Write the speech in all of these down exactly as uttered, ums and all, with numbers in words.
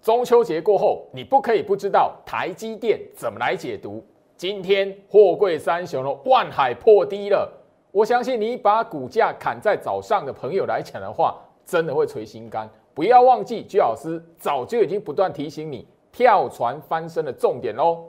中秋节过后，你不可以不知道台积电怎么来解读。今天货柜三雄的万海破低了，我相信你把股价砍在早上的朋友来讲的话，真的会捶心肝。不要忘记，居老师早就已经不断提醒你跳船翻身的重点喽。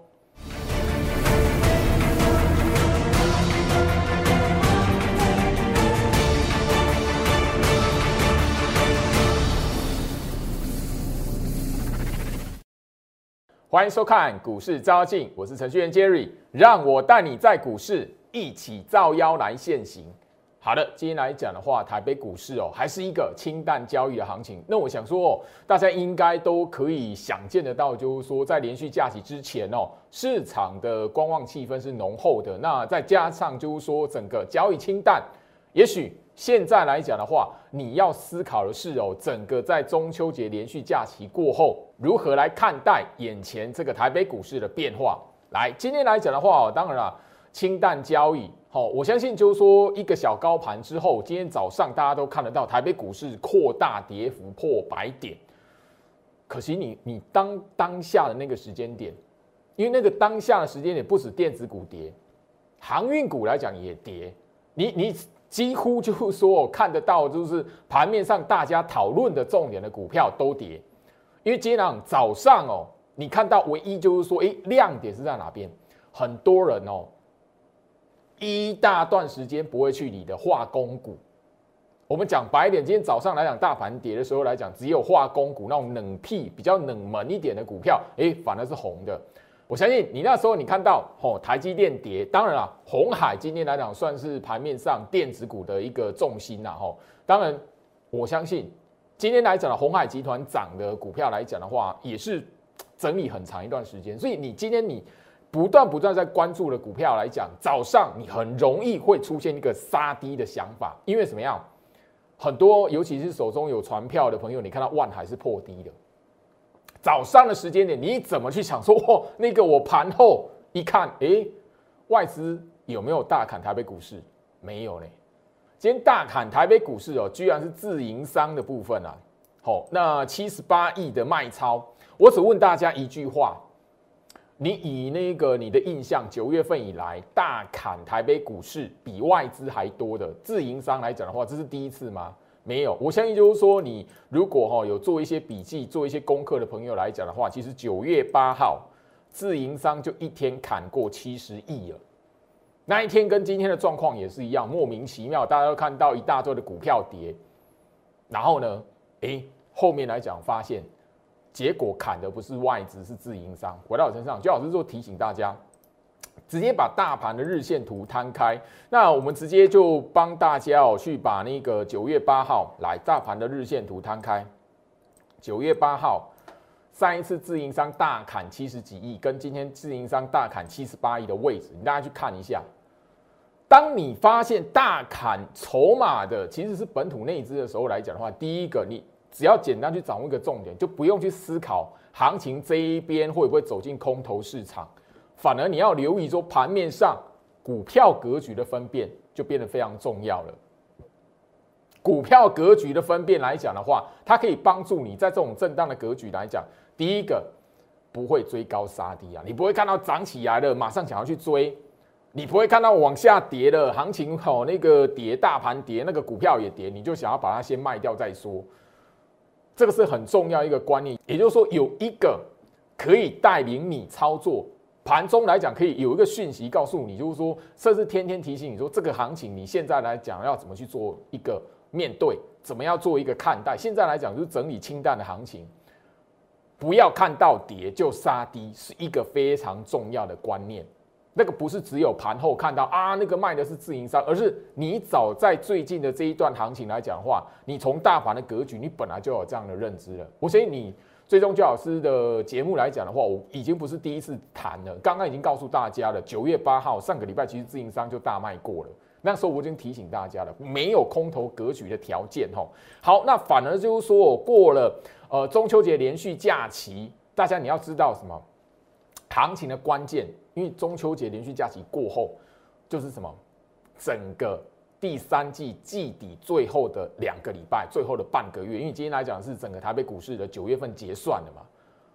欢迎收看股市照妖镜，我是程序员 Jerry， 让我带你在股市一起照妖来现行。好的，今天来讲的话，台北股市哦，还是一个清淡交易的行情。那我想说哦，大家应该都可以想见得到，就是说在连续假期之前哦，市场的观望气氛是浓厚的。那再加上就是说整个交易清淡，也许现在来讲的话，你要思考的是哦，整个在中秋节连续假期过后，如何来看待眼前这个台北股市的变化。来，今天来讲的话哦，当然啦，清淡交易。好，我相信就是说一个小高盘之后，今天早上大家都看得到台北股市扩大跌幅破百点。可惜你你当当下的那个时间点，因为那个当下的时间点不止电子股跌，航运股来讲也跌。你你几乎就是说看得到，就是盘面上大家讨论的重点的股票都跌。因为今天早上哦，你看到唯一就是说，哎，亮点是在哪边？很多人哦。一大段时间不会去理的化工股，我们讲白一点，今天早上来讲大盘跌的时候来讲，只有化工股那种冷僻、比较冷门一点的股票，哎，反而是红的。我相信你那时候你看到哦，台积电跌，当然啦，鸿海今天来讲算是盘面上电子股的一个重心啦，吼。当然，我相信今天来讲的鸿海集团涨的股票来讲的话，也是整理很长一段时间，所以你今天你。不断不断在关注的股票来讲，早上你很容易会出现一个杀低的想法，因为怎么样？很多尤其是手中有传票的朋友，你看到万海是破低的，早上的时间点，你怎么去想说，哦，那个我盘后一看，哎，外资有没有大砍台北股市？没有呢。今天大砍台北股市哦，居然是自营商的部分啊。好，那七十八亿的卖超，我只问大家一句话。你以那个你的印象，九月份以来大砍台北股市比外资还多的自营商来讲的话，这是第一次吗？没有，我相信就是说，你如果哈有做一些笔记、做一些功课的朋友来讲的话，其实九月八号自营商就一天砍过七十亿了。那一天跟今天的状况也是一样，莫名其妙，大家都看到一大堆的股票跌，然后呢，哎，后面来讲发现。结果砍的不是外资，是自营商。回到我身上，就老师就提醒大家，直接把大盘的日线图摊开。那我们直接就帮大家哦，去把那个九月八号来大盘的日线图摊开。九月八号，上一次自营商大砍七十几亿，跟今天自营商大砍七十八亿的位置，你大家去看一下。当你发现大砍筹码的其实是本土内资的时候来讲的话，第一个你。只要简单去掌握一个重点，就不用去思考行情这一边会不会走进空头市场，反而你要留意说盘面上股票格局的分辨就变得非常重要了。股票格局的分辨来讲的话，它可以帮助你在这种震荡的格局来讲，第一个不会追高杀低啊，你不会看到涨起来了马上想要去追，你不会看到往下跌了行情好那个跌大盘跌那个股票也跌，你就想要把它先卖掉再说。这个是很重要一个观念，也就是说有一个可以带领你操作盘中来讲，可以有一个讯息告诉你，就是说，甚至天天提醒你说，这个行情你现在来讲要怎么去做一个面对，怎么样做一个看待。现在来讲就是整理清淡的行情，不要看到跌就杀低，是一个非常重要的观念。那个不是只有盘后看到啊，那个卖的是自营商，而是你早在最近的这一段行情来讲的话，你从大盘的格局，你本来就有这样的认知了。我相信你最终焦老师的节目来讲的话，我已经不是第一次谈了，刚刚已经告诉大家了。九月八号上个礼拜，其实自营商就大卖过了，那时候我已经提醒大家了，没有空头格局的条件哈。好，那反而就是说过了呃中秋节连续假期，大家你要知道什么？行情的关键，因为中秋节连续假期过后，就是什么？整个第三季季底最后的两个礼拜，最后的半个月，因为今天来讲是整个台北股市的九月份结算的嘛。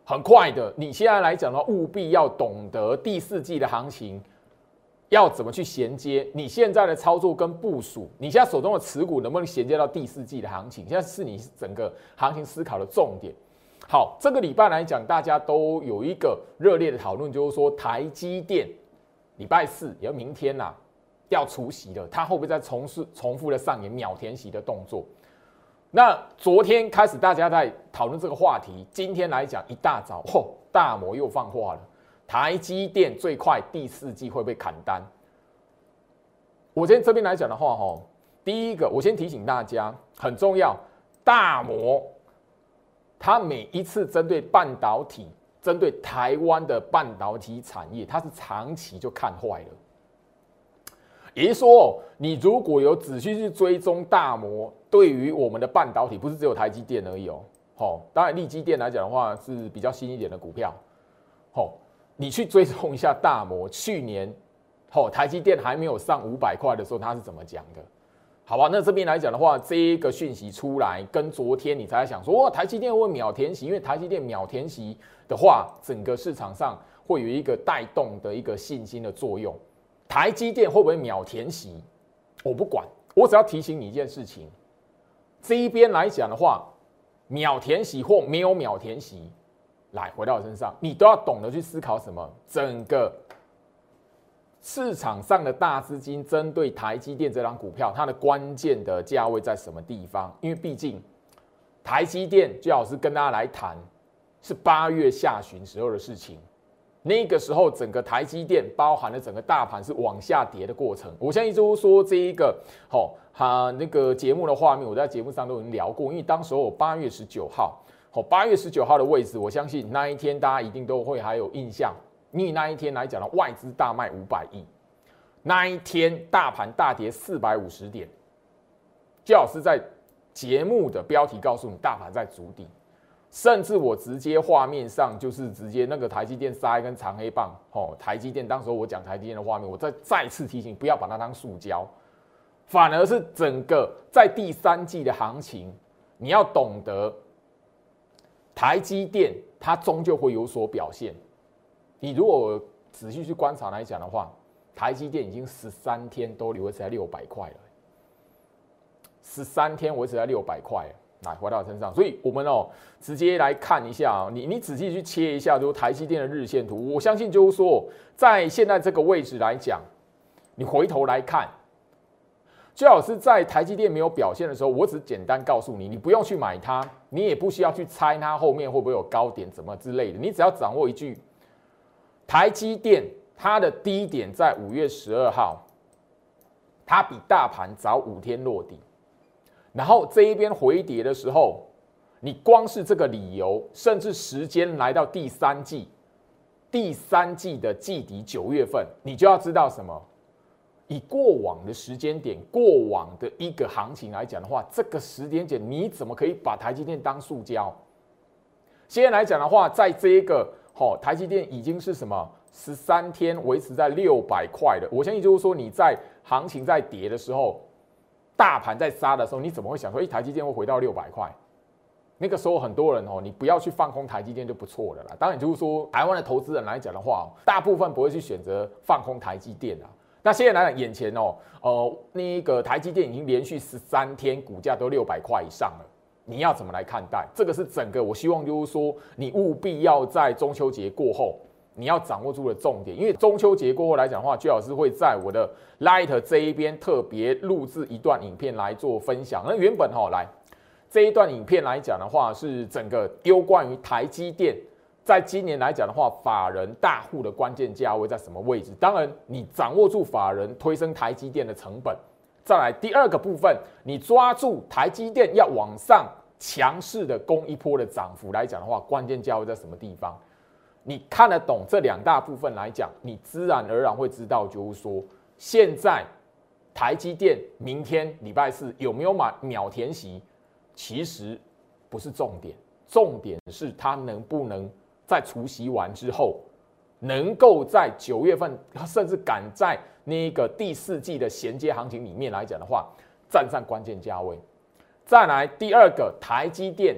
很快的，你现在来讲的话，务必要懂得第四季的行情要怎么去衔接。你现在的操作跟部署，你现在手中的持股能不能衔接到第四季的行情？现在是你整个行情思考的重点。好，这个礼拜来讲，大家都有一个热烈的讨论，就是说台积电礼拜四，也要明天啦、啊，要除息了，它会不会再重复重复的上演秒填息的动作？那昨天开始大家在讨论这个话题，今天来讲一大早，哦，大摩又放话了，台积电最快第四季会被砍单。我今天这边来讲的话，哦，第一个我先提醒大家，很重要，大摩。它每一次针对半导体、针对台湾的半导体产业，它是长期就看坏了。也就是说，你如果有仔细去追踪大摩对于我们的半导体，不是只有台积电而已哦。哦，当然，力积电来讲的话是比较新一点的股票。哦，你去追踪一下大摩去年，哦，台积电还没有上五百块的时候，它是怎么讲的？好吧，那这边来讲的话，这一个讯息出来，跟昨天你才在想说，哇，台积电会秒填息，因为台积电秒填息的话，整个市场上会有一个带动的一个信心的作用。台积电会不会秒填息？我不管，我只要提醒你一件事情，这一边来讲的话，秒填息或没有秒填息，来回到我身上，你都要懂得去思考什么，整个。市场上的大资金针对台积电这张股票，它的关键的价位在什么地方？因为毕竟台积电最好是跟大家来谈，是八月下旬时候的事情。那个时候，整个台积电包含了整个大盘是往下跌的过程。我相信就是说这一个，哦，哈，那个节目的画面，我在节目上都已经聊过。因为当时候八月十九号，哦，八月十九号的位置，我相信那一天大家一定都会还有印象。因为那一天来讲呢，外资大卖五百亿，那一天大盘大跌四百五十点，最好是在节目的标题告诉你大盘在筑底，甚至我直接画面上就是直接那个台积电杀一根长黑棒，哦，台积电当时我讲台积电的画面，我再再次提醒不要把它当塑胶，反而是整个在第三季的行情，你要懂得台积电它终究会有所表现。你如果仔细去观察来讲的话，台积电已经十三天都维持在六百块了，十三天维持在六百块，来回到我身上，所以我们哦直接来看一下啊，你你仔细去切一下，就是台积电的日线图，我相信就是说，在现在这个位置来讲，你回头来看，最好是在台积电没有表现的时候，我只简单告诉你，你不用去买它，你也不需要去猜它后面会不会有高点怎么之类的，你只要掌握一句。台积电它的低点在五月十二号，它比大盘早五天落底，然后这一边回跌的时候，你光是这个理由，甚至时间来到第三季，第三季的季底九月份，你就要知道什么？以过往的时间点、过往的一个行情来讲的话，这个时间点你怎么可以把台积电当塑胶？现在来讲的话，在这一个。哦，台积电已经是什么十三天维持在六百块了。我相信就是说你在行情在跌的时候，大盘在杀的时候，你怎么会想说，哎，台积电会回到六百块？那个时候很多人哦，你不要去放空台积电就不错了啦。当然就是说，台湾的投资人来讲的话，大部分不会去选择放空台积电啦。那现在来讲，眼前哦，呃，那个台积电已经连续十三天股价都六百块以上了。你要怎么来看待？这个是整个我希望就是说，你务必要在中秋节过后，你要掌握住的重点。因为中秋节过后来讲的话，最好是会在我的 Light 这一边特别录制一段影片来做分享。那原本哈、哦、来这一段影片来讲的话，是整个有关于台积电在今年来讲的话，法人大户的关键价位在什么位置？当然，你掌握住法人推升台积电的成本。再来第二个部分，你抓住台积电要往上强势的攻一波的涨幅来讲的话，关键价位在什么地方？你看得懂这两大部分来讲，你自然而然会知道，就是说现在台积电明天礼拜四有没有买秒填息，其实不是重点，重点是它能不能在除息完之后，能够在九月份甚至赶在那个第四季的衔接行情里面来讲的话，站上关键价位。再来第二个，台积电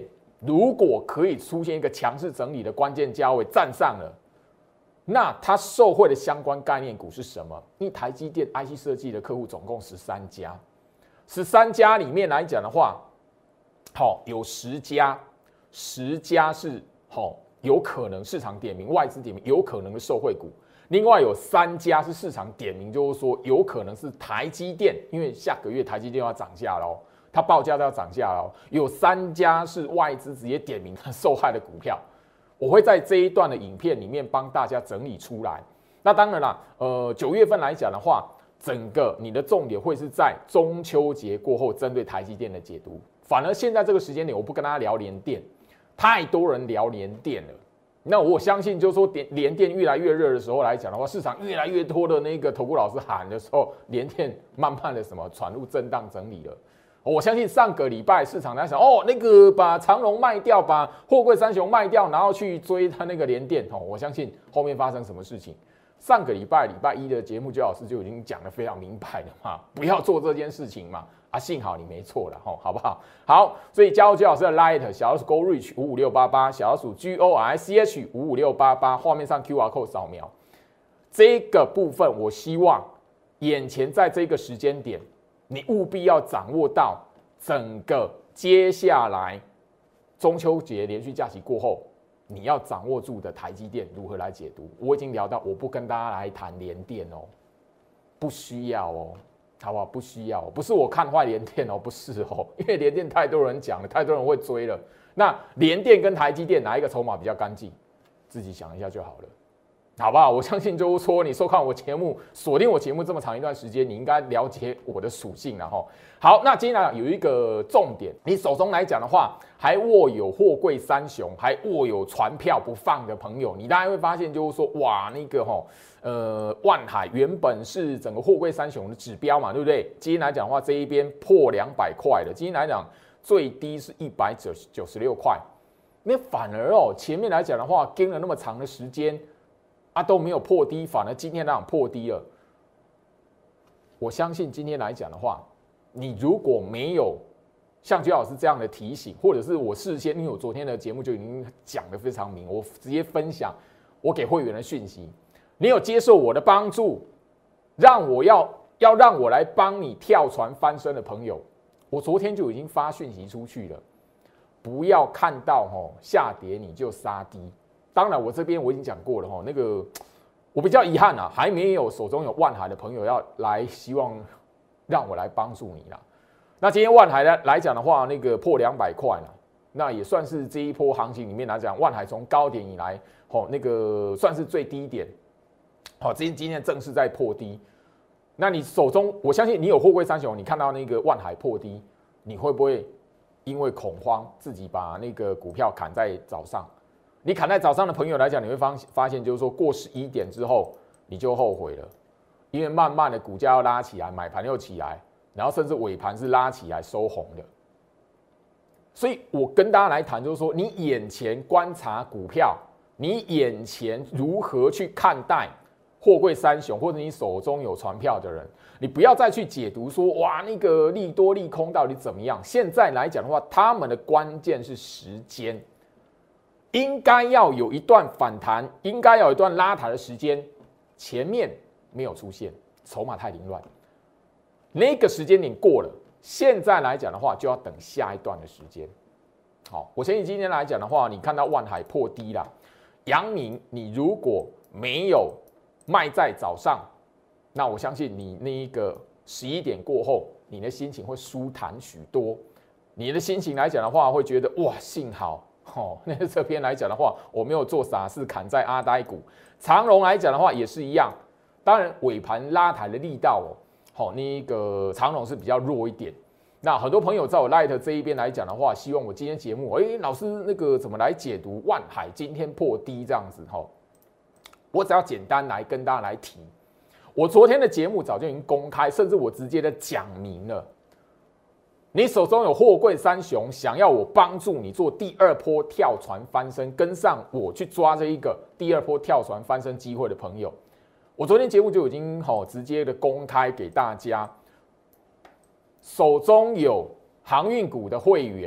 如果可以出现一个强势整理的关键价位站上了，那它受惠的相关概念股是什么？因为台积电 I C 设计的客户总共十三家，十三家里面来讲的话，好、哦、有十家，十家是好、哦、有可能市场点名外资点名有可能的受惠股。另外有三家是市场点名，就是说有可能是台积电，因为下个月台积电要涨价喽，它报价都要涨价喽。有三家是外资直接点名受害的股票，我会在这一段的影片里面帮大家整理出来。那当然啦，呃，九月份来讲的话，整个你的重点会是在中秋节过后针对台积电的解读。反而现在这个时间点，我不跟大家聊联电，太多人聊联电了。那我相信，就是说，联电越来越热的时候来讲的话，市场越来越多的那个投顾老师喊的时候，联电慢慢的什么传入震荡整理了。我相信上个礼拜市场在想，哦，那个把长荣卖掉，把货柜三雄卖掉，然后去追他那个联电。哦，我相信后面发生什么事情，上个礼拜礼拜一的节目，焦老师就已经讲得非常明白了嘛，不要做这件事情嘛。啊，幸好你没错了，吼，好不好？好，所以加入焦老师的 Light 小老鼠 Go Reach 五五六八八，小老鼠 G O R I C H 五五六八八，画面上 Q R code 扫描。这个部分，我希望眼前在这个时间点，你务必要掌握到整个接下来中秋节连续假期过后，你要掌握住的台积电如何来解读。我已经聊到，我不跟大家来谈联电哦，不需要哦。好不好？不需要，不是我看坏联电哦，不是哦，因为联电太多人讲了，太多人会追了。那联电跟台积电哪一个筹码比较干净？自己想一下就好了，好不好？我相信就是说，你收看我节目，锁定我节目这么长一段时间，你应该了解我的属性了哈。好，那接下来有一个重点，你手中来讲的话，还握有货柜三雄，还握有船票不放的朋友，你大概会发现就是说，哇，那个哈。呃，万海原本是整个货柜三雄的指标嘛，对不对？今天来讲的话，这一边破两百块的，今天来讲最低是一百九十六块。那反而哦，前面来讲的话，跟了那么长的时间啊都没有破低，反而今天来讲破低了。我相信今天来讲的话，你如果没有像焦老师这样的提醒，或者是我事先，因为我昨天的节目就已经讲得非常明，我直接分享我给会员的讯息。你有接受我的帮助，让我要要让我来帮你跳船翻身的朋友，我昨天就已经发讯息出去了，不要看到吼下跌你就杀低。当然，我这边我已经讲过了吼，那个我比较遗憾啊，还没有手中有万海的朋友要来，希望让我来帮助你啦。那今天万海来来讲的话，那个破两百块了，那也算是这一波行情里面来讲，万海从高点以来，吼那个算是最低点。好，今天今天正式在破低，那你手中我相信你有货柜三雄，你看到那个万海破低，你会不会因为恐慌自己把那个股票砍在早上？你砍在早上的朋友来讲，你会发发现就是说过十一点之后你就后悔了，因为慢慢的股价要拉起来，买盘又起来，然后甚至尾盘是拉起来收红的。所以我跟大家来谈，就是说你眼前观察股票，你眼前如何去看待货柜三雄，或者你手中有船票的人，你不要再去解读说哇那个利多利空到底怎么样。现在来讲的话，他们的关键是时间，应该要有一段反弹，应该要有一段拉抬的时间，前面没有出现，筹码太凌乱，那个时间点过了，现在来讲的话就要等下一段的时间。好，我相信今天来讲的话，你看到万海破低啦，阳明你如果没有卖在早上，那我相信你那一个十一点过后，你的心情会舒坦许多。你的心情来讲的话，会觉得哇，幸好哦，那这边来讲的话，我没有做傻事砍在阿呆股。长荣来讲的话也是一样，当然尾盘拉抬的力道哦，好，那个长荣是比较弱一点。那很多朋友在我 Light 这一边来讲的话，希望我今天节目，哎、欸，老师那个怎么来解读万海今天破低这样子哈？我只要简单来跟大家来提，我昨天的节目早就已经公开，甚至我直接的讲明了。你手中有货柜三雄，想要我帮助你做第二波跳船翻身，跟上我去抓这一个第二波跳船翻身机会的朋友，我昨天节目就已经好直接的公开给大家。手中有航运股的会员，就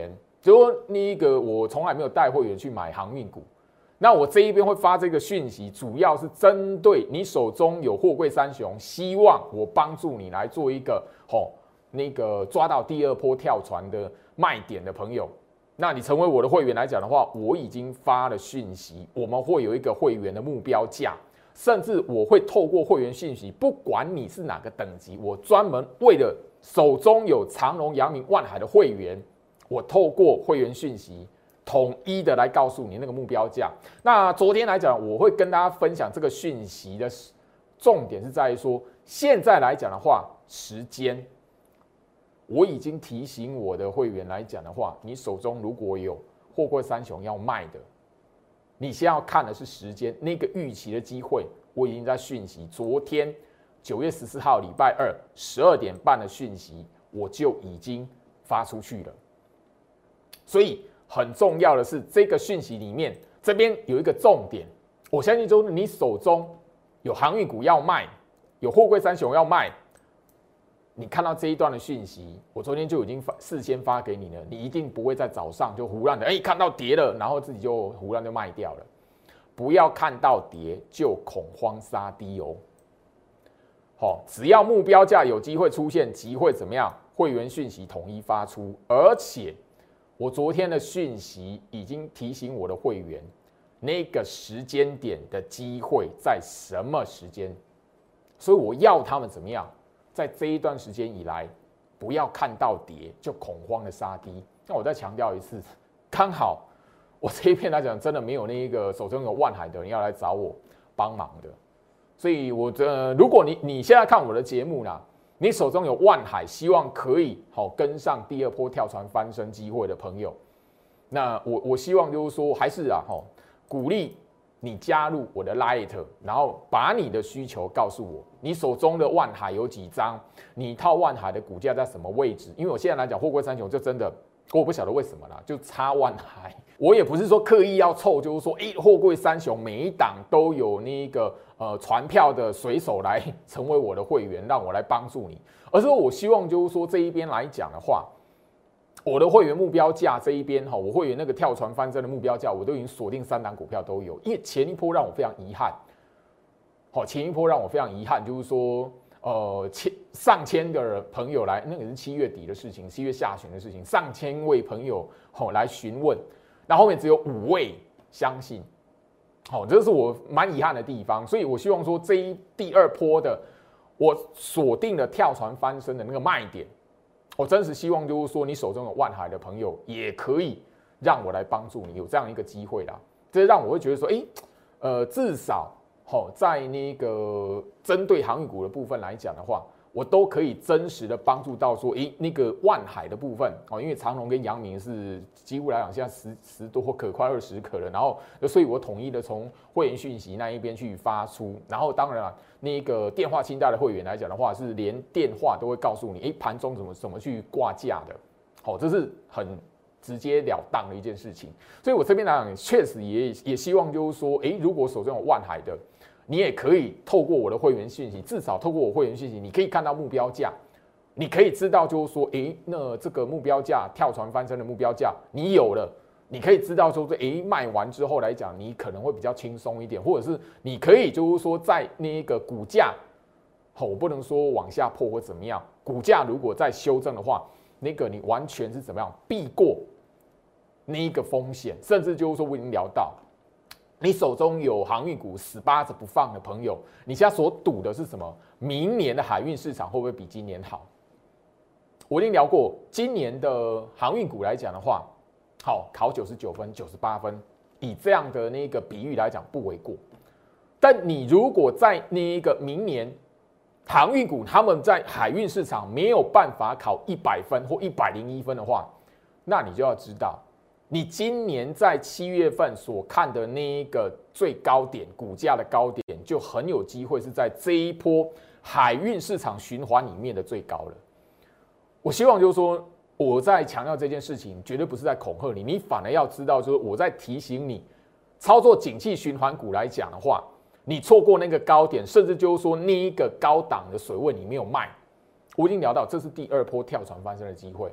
就说那个我从来没有带会员去买航运股，那我这一边会发这个讯息，主要是针对你手中有货柜三雄，希望我帮助你来做一个吼那个抓到第二波跳船的卖点的朋友。那你成为我的会员来讲的话，我已经发了讯息，我们会有一个会员的目标价，甚至我会透过会员讯息，不管你是哪个等级，我专门为了手中有长荣、阳明、万海的会员，我透过会员讯息统一的来告诉你那个目标价。那昨天来讲，我会跟大家分享这个讯息的重点是在于说，现在来讲的话，时间。我已经提醒我的会员来讲的话，你手中如果有货柜三雄要卖的，你先要看的是时间，那个预期的机会，我已经在讯息。昨天九月十四号礼拜二十二点半的讯息，我就已经发出去了。所以很重要的是，这个讯息里面这边有一个重点，我相信就是你手中有航运股要卖，有货柜三雄要卖。你看到这一段的讯息，我昨天就已经事先发给你了，你一定不会在早上就胡乱的，哎、欸，看到跌了，然后自己就胡乱就卖掉了。不要看到跌就恐慌杀低哦。好，只要目标价有机会出现，即会怎么样？会员讯息统一发出，而且我昨天的讯息已经提醒我的会员，那个时间点的机会在什么时间，所以我要他们怎么样？在这一段时间以来，不要看到跌就恐慌的杀低。那我再强调一次，刚好我这一片来讲，真的没有那一个手中有万海的人要来找我帮忙的。所以我的，如果你你现在看我的节目呢，你手中有万海，希望可以好跟上第二波跳船翻身机会的朋友，那我我希望就是说，还是啊，哈，鼓励你加入我的 Light， 然后把你的需求告诉我。你手中的万海有几张？你套万海的股价在什么位置？因为我现在来讲，货柜三雄就真的，我不晓得为什么啦，就差万海。我也不是说刻意要凑，就是说，哎，货柜三雄每一档都有那个呃传票的水手来成为我的会员，让我来帮助你。而是我希望就是说这一边来讲的话，我的会员目标价这一边哈，我会员那个跳船翻身的目标价，我都已经锁定三档股票都有。因为前一波让我非常遗憾，好，前一波让我非常遗憾，就是说，呃，千上千个朋友来，那个是七月底的事情，七月下旬的事情，上千位朋友好来询问，那后面只有五位相信，好，这是我蛮遗憾的地方。所以我希望说这一第二波的我锁定了跳船翻身的那个卖点。我真实希望就是说，你手中有万海的朋友，也可以让我来帮助你，有这样一个机会啦。这让我会觉得说，哎、欸，呃，至少好、哦、在那个针对航运股的部分来讲的话，我都可以真实的帮助到说，哎、欸，那个万海的部分哦，因为长荣跟阳明是几乎来讲现在十十多可快二十可了，然后所以我统一的从会员讯息那一边去发出，然后当然了。那个电话清单的会员来讲的话，是连电话都会告诉你，哎，盘中怎么怎么去挂价的，好，这是很直截了当的一件事情。所以我这边来讲，确实也也希望就是说，哎，如果手中有万海的，你也可以透过我的会员讯息，至少透过我会员讯息，你可以看到目标价，你可以知道就是说，哎，那这个目标价跳船翻身的目标价你有了。你可以知道说，哎，卖完之后来讲，你可能会比较轻松一点，或者是你可以就是说，在那个股价，好，我不能说往下破或怎么样，股价如果再修正的话，那个你完全是怎么样避过那一个风险，甚至就是说，我已经聊到，你手中有航运股死扒着不放的朋友，你现在所赌的是什么？明年的海运市场会不会比今年好？我已经聊过，今年的航运股来讲的话。好，考九十九分、九十八分，以这样的那个比喻来讲不为过。但你如果在那个明年航运股他们在海运市场没有办法考一百分或一百零一分的话，那你就要知道，你今年在七月份所看的那一个最高点股价的高点，就很有机会是在这一波海运市场循环里面的最高了。我希望就是说。我在强调这件事情，绝对不是在恐吓你，你反而要知道，就是我在提醒你，操作景气循环股来讲的话，你错过那个高点，甚至就是说那一个高档的水位你没有卖，我已经聊到，这是第二波跳船翻身的机会。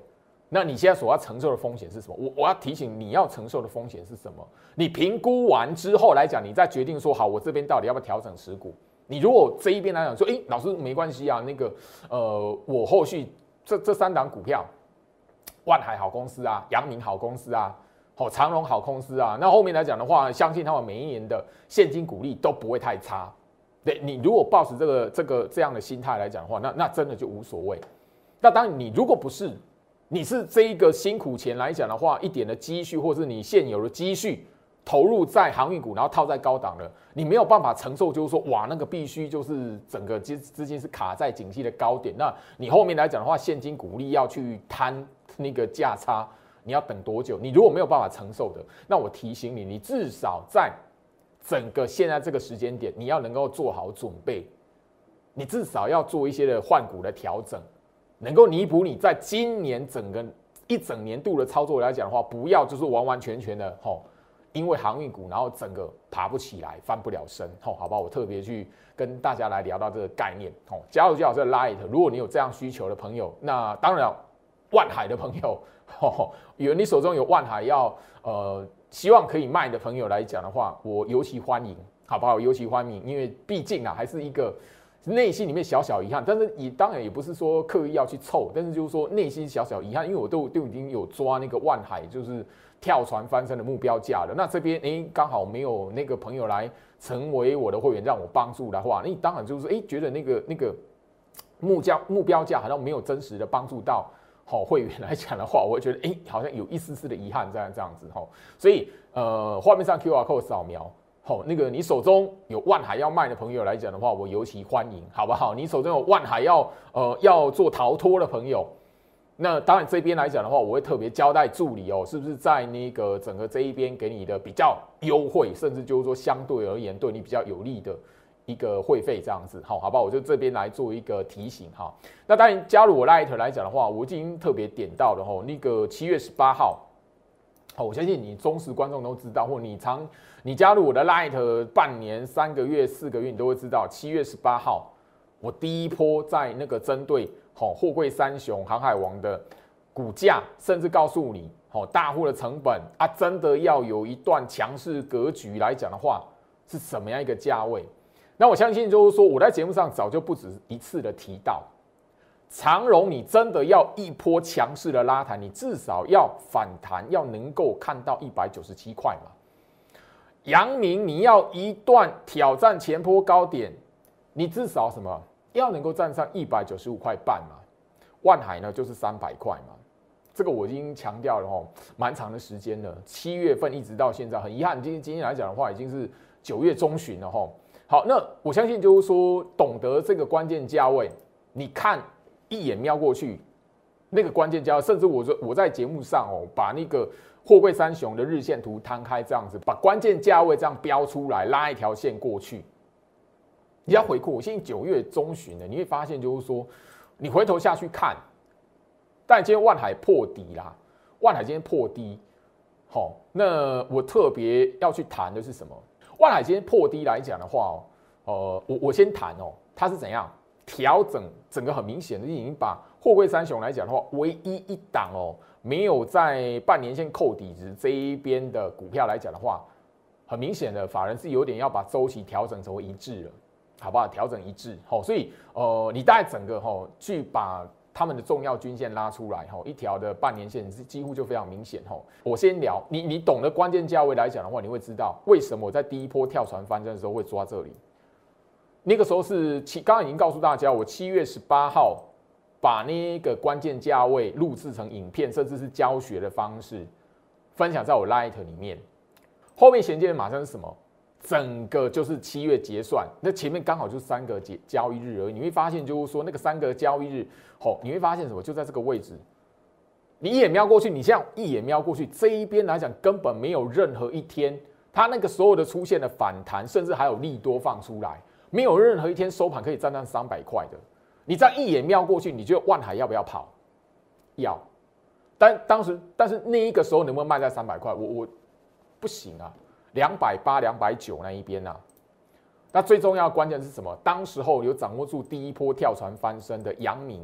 那你现在所要承受的风险是什么？我我要提醒你要承受的风险是什么？你评估完之后来讲，你再决定说好，我这边到底要不要调整持股？你如果这一边来讲说，哎、欸，老师没关系啊，那个呃，我后续这这三档股票，万海好公司啊，阳明好公司啊。好，长荣好公司啊，那后面来讲的话，相信他们每一年的现金股利都不会太差。对，你如果抱持这个这个这样的心态来讲的话，那那真的就无所谓。那当然，你如果不是，你是这一个辛苦钱来讲的话，一点的积蓄或是你现有的积蓄投入在航运股，然后套在高档了，你没有办法承受，就是说哇，那个必须就是整个资资金是卡在景气的高点，那你后面来讲的话，现金股利要去摊那个价差。你要等多久？你如果没有办法承受的，那我提醒你，你至少在整个现在这个时间点，你要能够做好准备，你至少要做一些的换股的调整，能够弥补你在今年整个一整年度的操作来讲的话，不要就是完完全全的吼，因为航运股然后整个爬不起来，翻不了身，吼，好不好？我特别去跟大家来聊到这个概念，吼，加入就好这个 Light， 如果你有这样需求的朋友，那当然万海的朋友。哦，有你手中有万海要呃希望可以卖的朋友来讲的话，我尤其欢迎，好不好？尤其欢迎，因为毕竟啊还是一个内心里面小小遗憾，但是也当然也不是说刻意要去凑，但是就是说内心小小遗憾，因为我都都已经有抓那个万海就是跳船翻身的目标价了。那这边哎刚好没有那个朋友来成为我的会员，让我帮助的话，那当然就是哎觉得那个那个目标目标价好像没有真实的帮助到。好，会员来讲的话，我会觉得，哎、欸，好像有一丝丝的遗憾，这样这样子，吼，所以，呃，画面上 Q R code 扫描，好，那个你手中有万海要卖的朋友来讲的话，我尤其欢迎，好不好？你手中有万海要呃要做逃脱的朋友，那当然这边来讲的话，我会特别交代助理哦，是不是在那个整个这一边给你的比较优惠，甚至就是说相对而言对你比较有利的。一个会费这样子，好，好不好？我就这边来做一个提醒哈。那当然加入我 Light 来讲的话，我已经特别点到了哈，那个七月十八号，好，我相信你忠实观众都知道，或你常你加入我的 Light 半年、三个月、四个月，你都会知道，七月十八号，我第一波在那个针对好货柜三雄、航海王的股价，甚至告诉你，好大户的成本啊，真的要有一段强势格局来讲的话，是什么样一个价位？那我相信就是说，我在节目上早就不止一次的提到，长荣你真的要一波强势的拉抬，你至少要反弹，要能够看到一百九十七块嘛。阳明你要一段挑战前波高点，你至少什么要能够站上一百九十五块半嘛。万海呢就是三百块嘛，这个我已经强调了吼，蛮长的时间了，七月份一直到现在，很遗憾，今今天来讲的话，已经是九月中旬了吼。好，那我相信就是说，懂得这个关键价位，你看一眼瞄过去，那个关键价位，甚至我说我在节目上哦，把那个货柜三雄的日线图摊开，这样子，把关键价位这样标出来，拉一条线过去。你要回顾，我现在九月中旬了，你会发现就是说，你回头下去看，但今天万海破底啦，万海今天破低，好，那我特别要去谈的是什么？万海今天破低来讲的话，呃，我我先谈哦，它是怎样调整，整个很明显的已经把货柜三雄来讲的话，唯一一档哦没有在半年线扣底值这一边的股票来讲的话，很明显的法人是有点要把周期调整成为一致了，好不好？调整一致，好，所以呃，你大概整个哈去把他们的重要均线拉出来，一条的半年线几乎就非常明显。我先聊，你你懂得关键价位来讲的话，你会知道为什么我在第一波跳船翻身的时候会抓这里。那个时候是七，刚刚已经告诉大家，我七月十八号把那个关键价位录制成影片，甚至是教学的方式分享在我 Light 里面。后面衔接的马上是什么？整个就是七月结算，那前面刚好就是三个交易日而已。你会发现，就是说那个三个交易日，吼，你会发现什么？就在这个位置，你一眼瞄过去，你像一眼瞄过去，这一边来讲根本没有任何一天，它那个所有的出现的反弹，甚至还有利多放出来，没有任何一天收盘可以站上三百块的。你这样一眼瞄过去，你觉得万海要不要跑？要，但当时，但是那一个时候能不能卖在三百块？我我不行啊。两百八、两百九那一边啊，那最重要的关键是什么？当时候有掌握住第一波跳船翻身的阳明，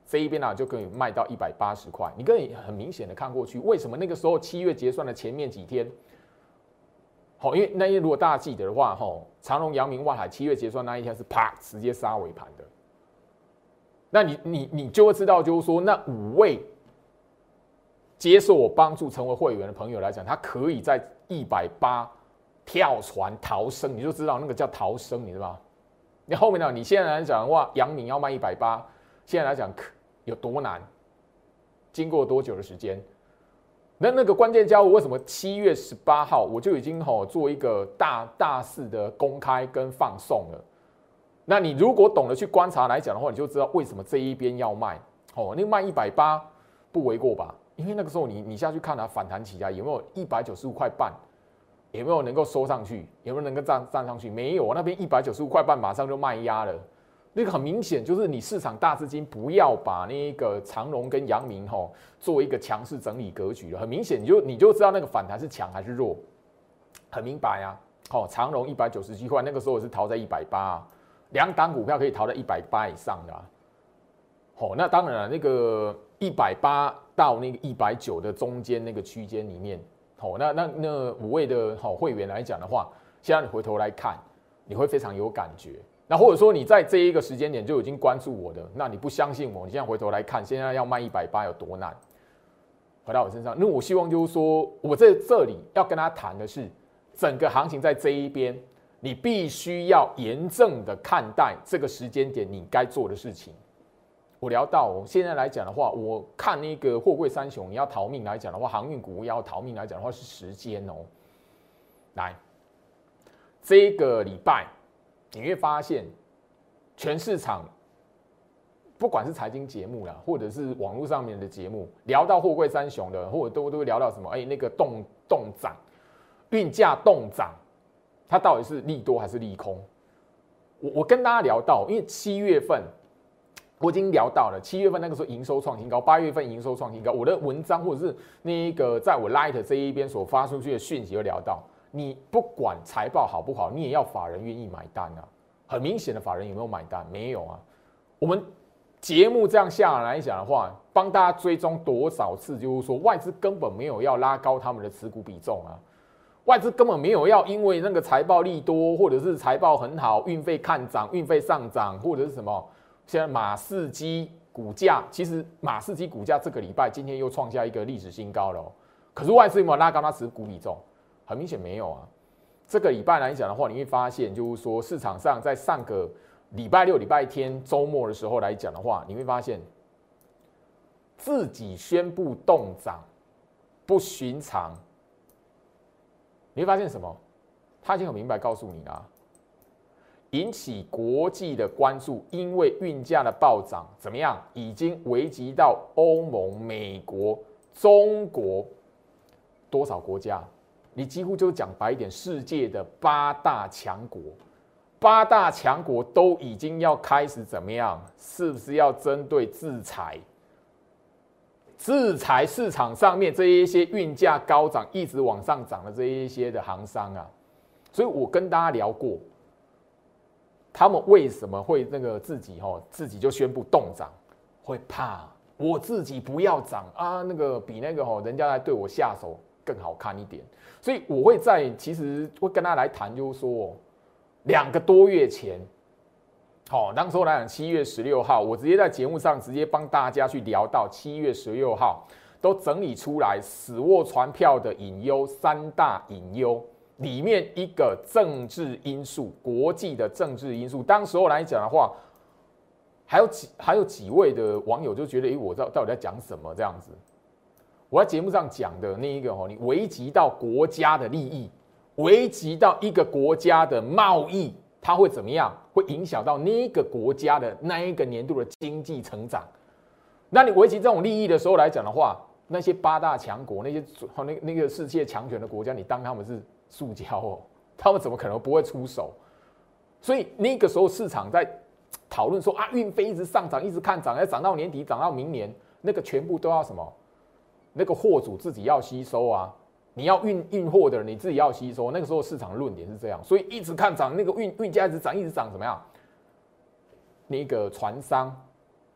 这一边呢、啊、就可以卖到一百八十块。你可以很明显的看过去，为什么那个时候七月结算的前面几天，好，因为那一如果大家记得的话，吼，长荣、阳明、万海七月结算那一天是啪直接杀尾盘的。那你你你就会知道，就是说那五位接受我帮助成为会员的朋友来讲，他可以在一百八跳船逃生，你就知道那个叫逃生，你知道吗？你后面呢？你现在来讲的话，阳明要卖一百八，现在来讲有多难？经过多久的时间？那那个关键交易为什么七月十八号我就已经吼做一个大大肆的公开跟放送了？那你如果懂得去观察来讲的话，你就知道为什么这一边要卖哦，那卖一百八不为过吧？因为那个时候你你下去看它、啊、反弹起来有没有一百九十五块半？有没有能够收上去？有没有能够站站上去？没有，那边一百九十五块半马上就卖压了。那个很明显就是你市场大资金不要把那个长荣跟阳明吼做一个强势整理格局了。很明显你就你就知道那个反弹是强还是弱，很明白啊。好，长荣一百九十七块，那个时候我是逃在一百八啊，两档股票可以逃在一百八以上的啊。好，那当然了，那个一百八到那个一百九的中间那个区间里面。好，那那那五位的好会员来讲的话，现在你回头来看，你会非常有感觉。那或者说你在这一个时间点就已经关注我的，那你不相信我，你现在回头来看，现在要卖一百八有多难？回到我身上，那我希望就是说，我在这里要跟他谈的是，整个行情在这一边，你必须要严正的看待这个时间点你该做的事情。我聊到现在来讲的话，我看那个货柜三雄，你要逃命来讲的话，航运股要逃命来讲的话是时间哦。来，这个礼拜你会发现，全市场不管是财经节目啦，或者是网络上面的节目，聊到货柜三雄的，或者都都会聊到什么？哎、欸，那个动动涨，运价动涨，它到底是利多还是利空？我我跟大家聊到，因为七月份。我已经聊到了七月份那个时候营收创新高，八月份营收创新高。我的文章或者是那个在我 Light 这一边所发出去的讯息，有聊到，你不管财报好不好，你也要法人愿意买单啊。很明显的，法人有没有买单？没有啊。我们节目这样下来讲的话，帮大家追踪多少次，就是说外资根本没有要拉高他们的持股比重啊，外资根本没有要因为那个财报利多，或者是财报很好，运费看涨，运费上涨，或者是什么。现在马士基股价，其实马士基股价这个礼拜今天又创下一个历史新高了、哦。可是外资有没有拉高它持股比重？很明显没有啊。这个礼拜来讲的话，你会发现就是说市场上在上个礼拜六、礼拜天周末的时候来讲的话，你会发现自己宣布动涨不寻常。你会发现什么？他已经很明白告诉你啦。引起国际的关注，因为运价的暴涨，怎么样？已经危及到欧盟、美国、中国多少国家？你几乎就讲白一点，世界的八大强国，八大强国都已经要开始怎么样？是不是要针对制裁？制裁市场上面这一些运价高涨、一直往上涨的这一些的航商啊？所以我跟大家聊过。他们为什么会那个自己吼自己就宣布动涨？会怕我自己不要涨啊，那个比那个吼人家来对我下手更好看一点。所以我会在其实会跟他来谈，就是说两个多月前，好，当时候来讲七月十六号，我直接在节目上直接帮大家去聊到七月十六号，都整理出来死握船票的隐忧三大隐忧。里面一个政治因素，国际的政治因素，当时候来讲的话，还有几还有几位的网友就觉得，哎，我到到底在讲什么这样子？我在节目上讲的那一个哦，你危及到国家的利益，危及到一个国家的贸易，它会怎么样？会影响到那个国家的那一个年度的经济成长。那你危及这种利益的时候来讲的话，那些八大强国，那些那那个世界强权的国家，你当他们是塑胶哦，他们怎么可能不会出手？所以那个时候市场在讨论说啊，运费一直上涨，一直看涨，要涨到年底，涨到明年，那个全部都要什么？那个货主自己要吸收啊，你要运运货的人你自己要吸收。那个时候市场论点是这样，所以一直看涨，那个运运价一直涨，一直涨，怎么样？那个船商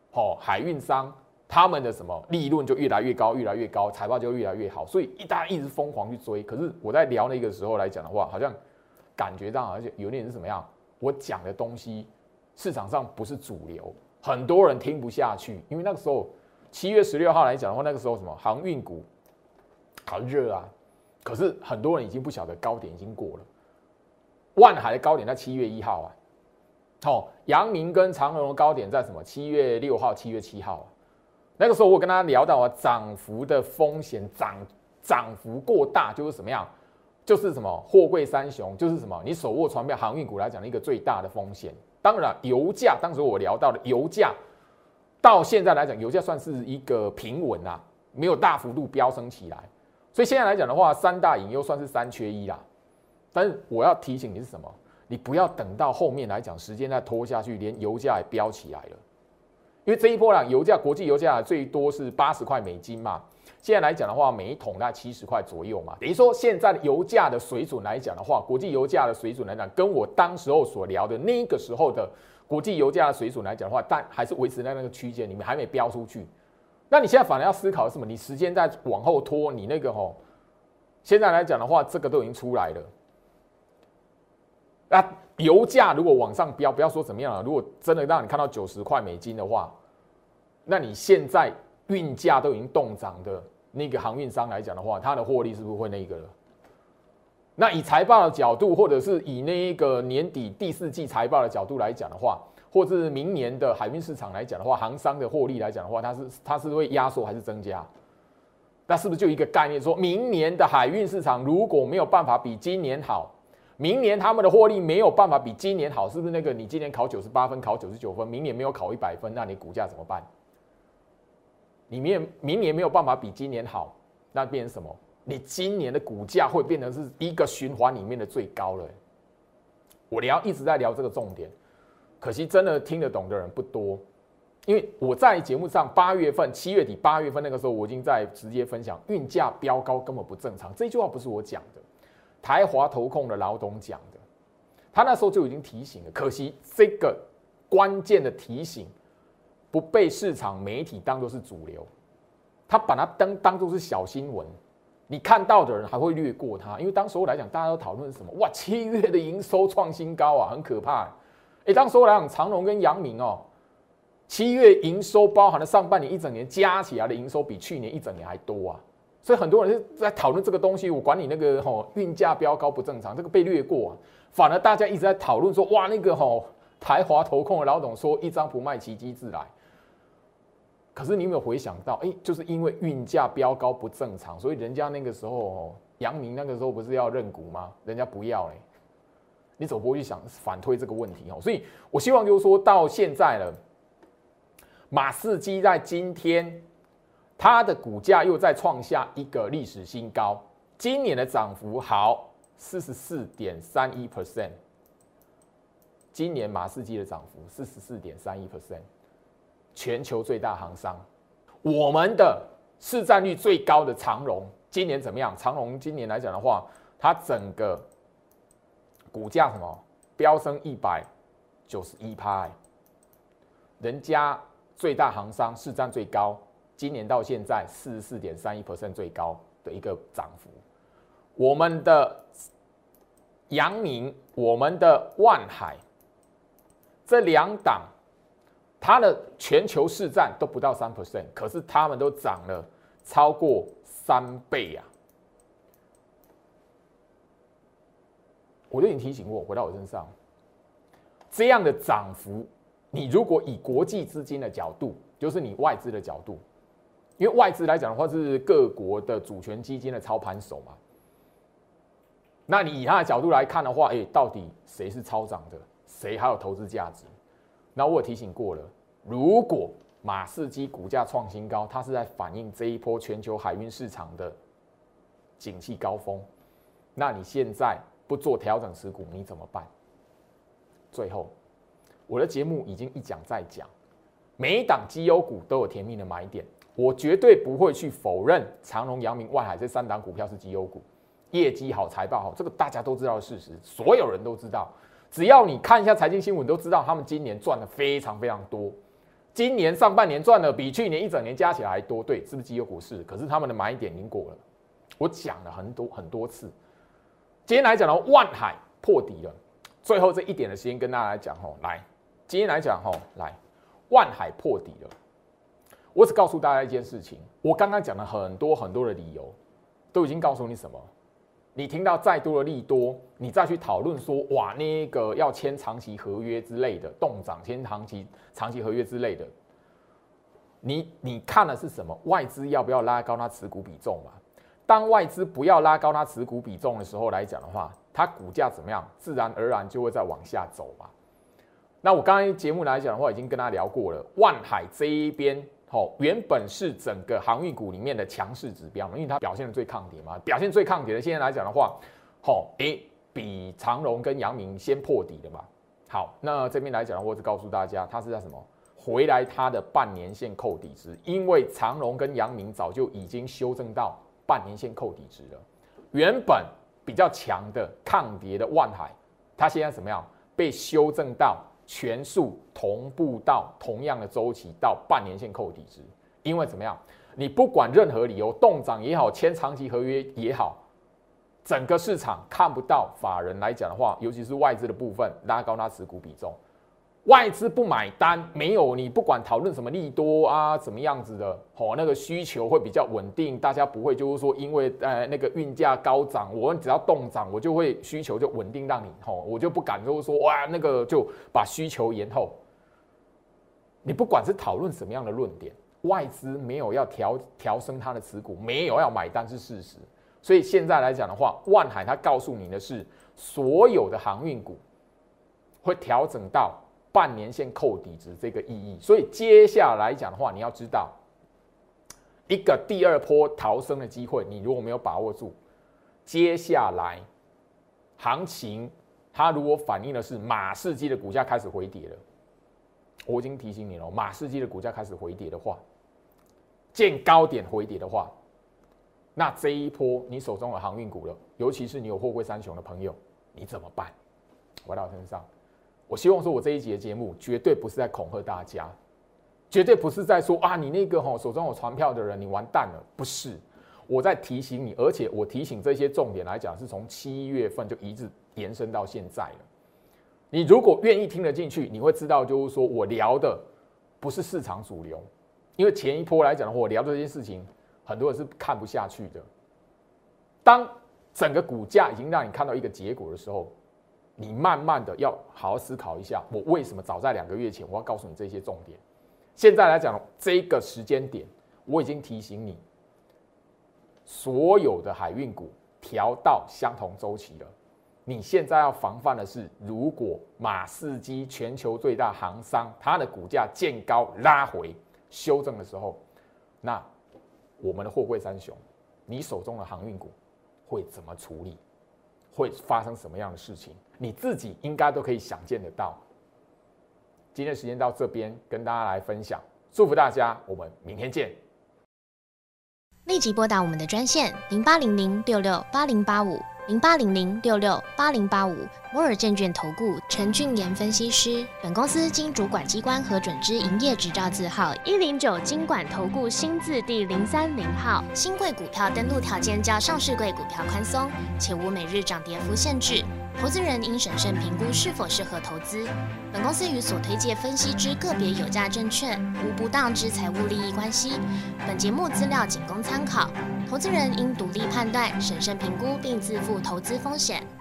哦，海运商他们的什么利润就越来越高，越来越高，财报就越来越好，所以一大家一直疯狂去追。可是我在聊那个时候来讲的话，好像感觉到而且有点是怎么样？我讲的东西市场上不是主流，很多人听不下去，因为那个时候七月十六号来讲的话，那个时候什么航运股好热啊，可是很多人已经不晓得高点已经过了，万海的高点在七月一号啊。哦，阳明跟长荣的高点在什么？七月六号、七月七号啊。那个时候我跟大家聊到啊，涨幅的风险，涨涨幅过大就是什么样？就是什么货柜三雄，就是什么？你手握船票航运股来讲的一个最大的风险。当然，油价当时我聊到的油价，到现在来讲，油价算是一个平稳啊，没有大幅度飙升起来。所以现在来讲的话，三大隐忧算是三缺一啦。但是我要提醒你是什么？你不要等到后面来讲，时间再拖下去，连油价也飙起来了。因为这一波啦，油价国际油价最多是八十块美金嘛，现在来讲的话，每一桶大概七十块左右嘛。等于说现在的油价的水准来讲的话，国际油价的水准来讲，跟我当时候所聊的那个时候的国际油价的水准来讲的话，但还是维持在那个区间里面，还没飙出去。那你现在反而要思考的是什么？你时间在往后拖，你那个吼，现在来讲的话，这个都已经出来了。那油价如果往上飙，不要说怎么样了，如果真的让你看到九十块美金的话，那你现在运价都已经动涨的那个航运商来讲的话，它的获利是不是会那个了？那以财报的角度，或者是以那个年底第四季财报的角度来讲的话，或者是明年的海运市场来讲的话，航商的获利来讲的话，它是它是会压缩还是增加？那是不是就一个概念，说明年的海运市场如果没有办法比今年好？明年他们的获利没有办法比今年好，是不是那个你今年考九十八分，考九十九分，明年没有考一百分，那你股价怎么办？你明明年没有办法比今年好，那变成什么？你今年的股价会变成是一个循环里面的最高了。我聊一直在聊这个重点，可惜真的听得懂的人不多，因为我在节目上八月份、七月底、八月份那个时候，我已经在直接分享运价飙高根本不正常，这句话不是我讲的。台华投控的老董讲的，他那时候就已经提醒了，可惜这个关键的提醒不被市场媒体当作是主流，他把它当当作是小新闻，你看到的人还会略过它，因为当时候来讲，大家都讨论什么？哇，七月的营收创新高啊，很可怕。哎，当时候来讲，长荣跟阳明哦，七月营收包含了上半年一整年加起来的营收，比去年一整年还多啊。所以很多人是在讨论这个东西，我管你那个吼运价飙高不正常，这个被略过啊，反而大家一直在讨论说，哇，那个吼台华投控的老董说一张不卖，奇迹自来。可是你有没有回想到，哎，就是因为运价飙高不正常，所以人家那个时候阳明那个时候不是要认股吗？人家不要嘞，你怎么不会去想反推这个问题哦？所以我希望就是说到现在了，马士基在今天。它的股价又再创下一个历史新高，今年的涨幅好 百分之四十四点三一， 今年马士基的涨幅 百分之四十四点三一， 全球最大航商。我们的市占率最高的长荣，今年怎么样？长荣今年来讲的话，它整个股价什么飙升一百九十一%，人家最大航商市占最高。今年到现在 百分之四十四点三一 最高的一个涨幅，我们的阳明、我们的万海这两档，它的全球市占都不到 百分之三， 可是他们都涨了超过三倍啊！我就已经提醒过，回到我身上，这样的涨幅，你如果以国际资金的角度，就是你外资的角度。因为外资来讲的话，是各国的主权基金的操盘手嘛。那你以他的角度来看的话，哎，到底谁是超涨的，谁还有投资价值？那我有提醒过了，如果马士基股价创新高，它是在反映这一波全球海运市场的景气高峰。那你现在不做调整持股，你怎么办？最后，我的节目已经一讲再讲，每一档绩优股都有甜蜜的买点。我绝对不会去否认长荣、阳明、万海这三档股票是绩优股，业绩好、财报好，这个大家都知道的事实，所有人都知道。只要你看一下财经新闻，都知道他们今年赚的非常非常多。 今年上半年赚的比去年一整年加起来还多，对，是不是绩优股市？可是他们的买点已经过了，我讲了很多很多次。今天来讲呢，万海破底了，最后这一点的时间跟大家来讲吼，来，今天来讲吼，来，万海破底了，我只告诉大家一件事情，我刚刚讲了很多很多的理由，都已经告诉你什么？你听到再多的利多，你再去讨论说，哇，那个要签长期合约之类的，动涨签长期长期合约之类的，你你看的是什么？外资要不要拉高它持股比重嘛？当外资不要拉高它持股比重的时候来讲的话，它股价怎么样？自然而然就会再往下走嘛。那我刚才节目来讲的话，已经跟大家聊过了，万海这一边。哦，原本是整个航运股里面的强势指标嘛，因为它表现的最抗跌嘛，表现最抗跌的，现在来讲的话，哦，诶，比长荣跟阳明先破底的嘛。好，那这边来讲的话，我只告诉大家，它是在什么？回来它的半年线扣底值，因为长荣跟阳明早就已经修正到半年线扣底值了。原本比较强的抗跌的万海，它现在怎么样？被修正到。全数同步到同样的周期到半年线扣底值，因为怎么样？你不管任何理由，动涨也好，签长期合约也好，整个市场看不到法人来讲的话，尤其是外资的部分拉高它持股比重，外资不买单，没有你不管讨论什么利多啊，怎么样子的，哦，那个需求会比较稳定，大家不会就是说因为呃那个运价高涨，我只要动涨，我就会需求就稳定让你，哦，我就不敢就是说哇那个就把需求延后。你不管是讨论什么样的论点，外资没有要调调升它的持股，没有要买单是事实。所以现在来讲的话，万海它告诉你的是，所有的航运股会调整到半年线扣底值这个意义，所以接下来讲的话，你要知道一个第二波逃生的机会，你如果没有把握住，接下来行情它如果反映的是马士基的股价开始回跌了，我已经提醒你了，马士基的股价开始回跌的话，见高点回跌的话，那这一波你手中的航运股了，尤其是你有货柜三雄的朋友，你怎么办？回到我身上。我希望说，我这一集的节目绝对不是在恐吓大家，绝对不是在说啊，你那个吼手中有船票的人，你完蛋了。不是，我在提醒你，而且我提醒这些重点来讲，是从七月份就一直延伸到现在了。你如果愿意听得进去，你会知道，就是说我聊的不是市场主流，因为前一波来讲的话，我聊的这些事情，很多人是看不下去的。当整个股价已经让你看到一个结果的时候，你慢慢的要好好思考一下，我为什么早在两个月前我要告诉你这些重点？现在来讲，这个时间点我已经提醒你，所有的海运股调到相同周期了。你现在要防范的是，如果马士基全球最大航商它的股价见高拉回修正的时候，那我们的货柜三雄，你手中的航运股会怎么处理？会发生什么样的事情？你自己应该都可以想见得到。今天的时间到这边，跟大家来分享，祝福大家，我们明天见。 立即拨打我们的专线零八零零六六八零八五零八零零六六八零八五摩尔证券投顾陈俊言分析师。本公司经主管机关核准之营业执照字号一零九金管投顾新字第零三零号。新贵股票登录条件较上市贵股票宽松，且无每日涨跌幅限制。投资人应审慎评估是否适合投资。本公司与所推介分析之个别有价证券无不当之财务利益关系。本节目资料仅供参考，投资人应独立判断、审慎评估并自负投资风险。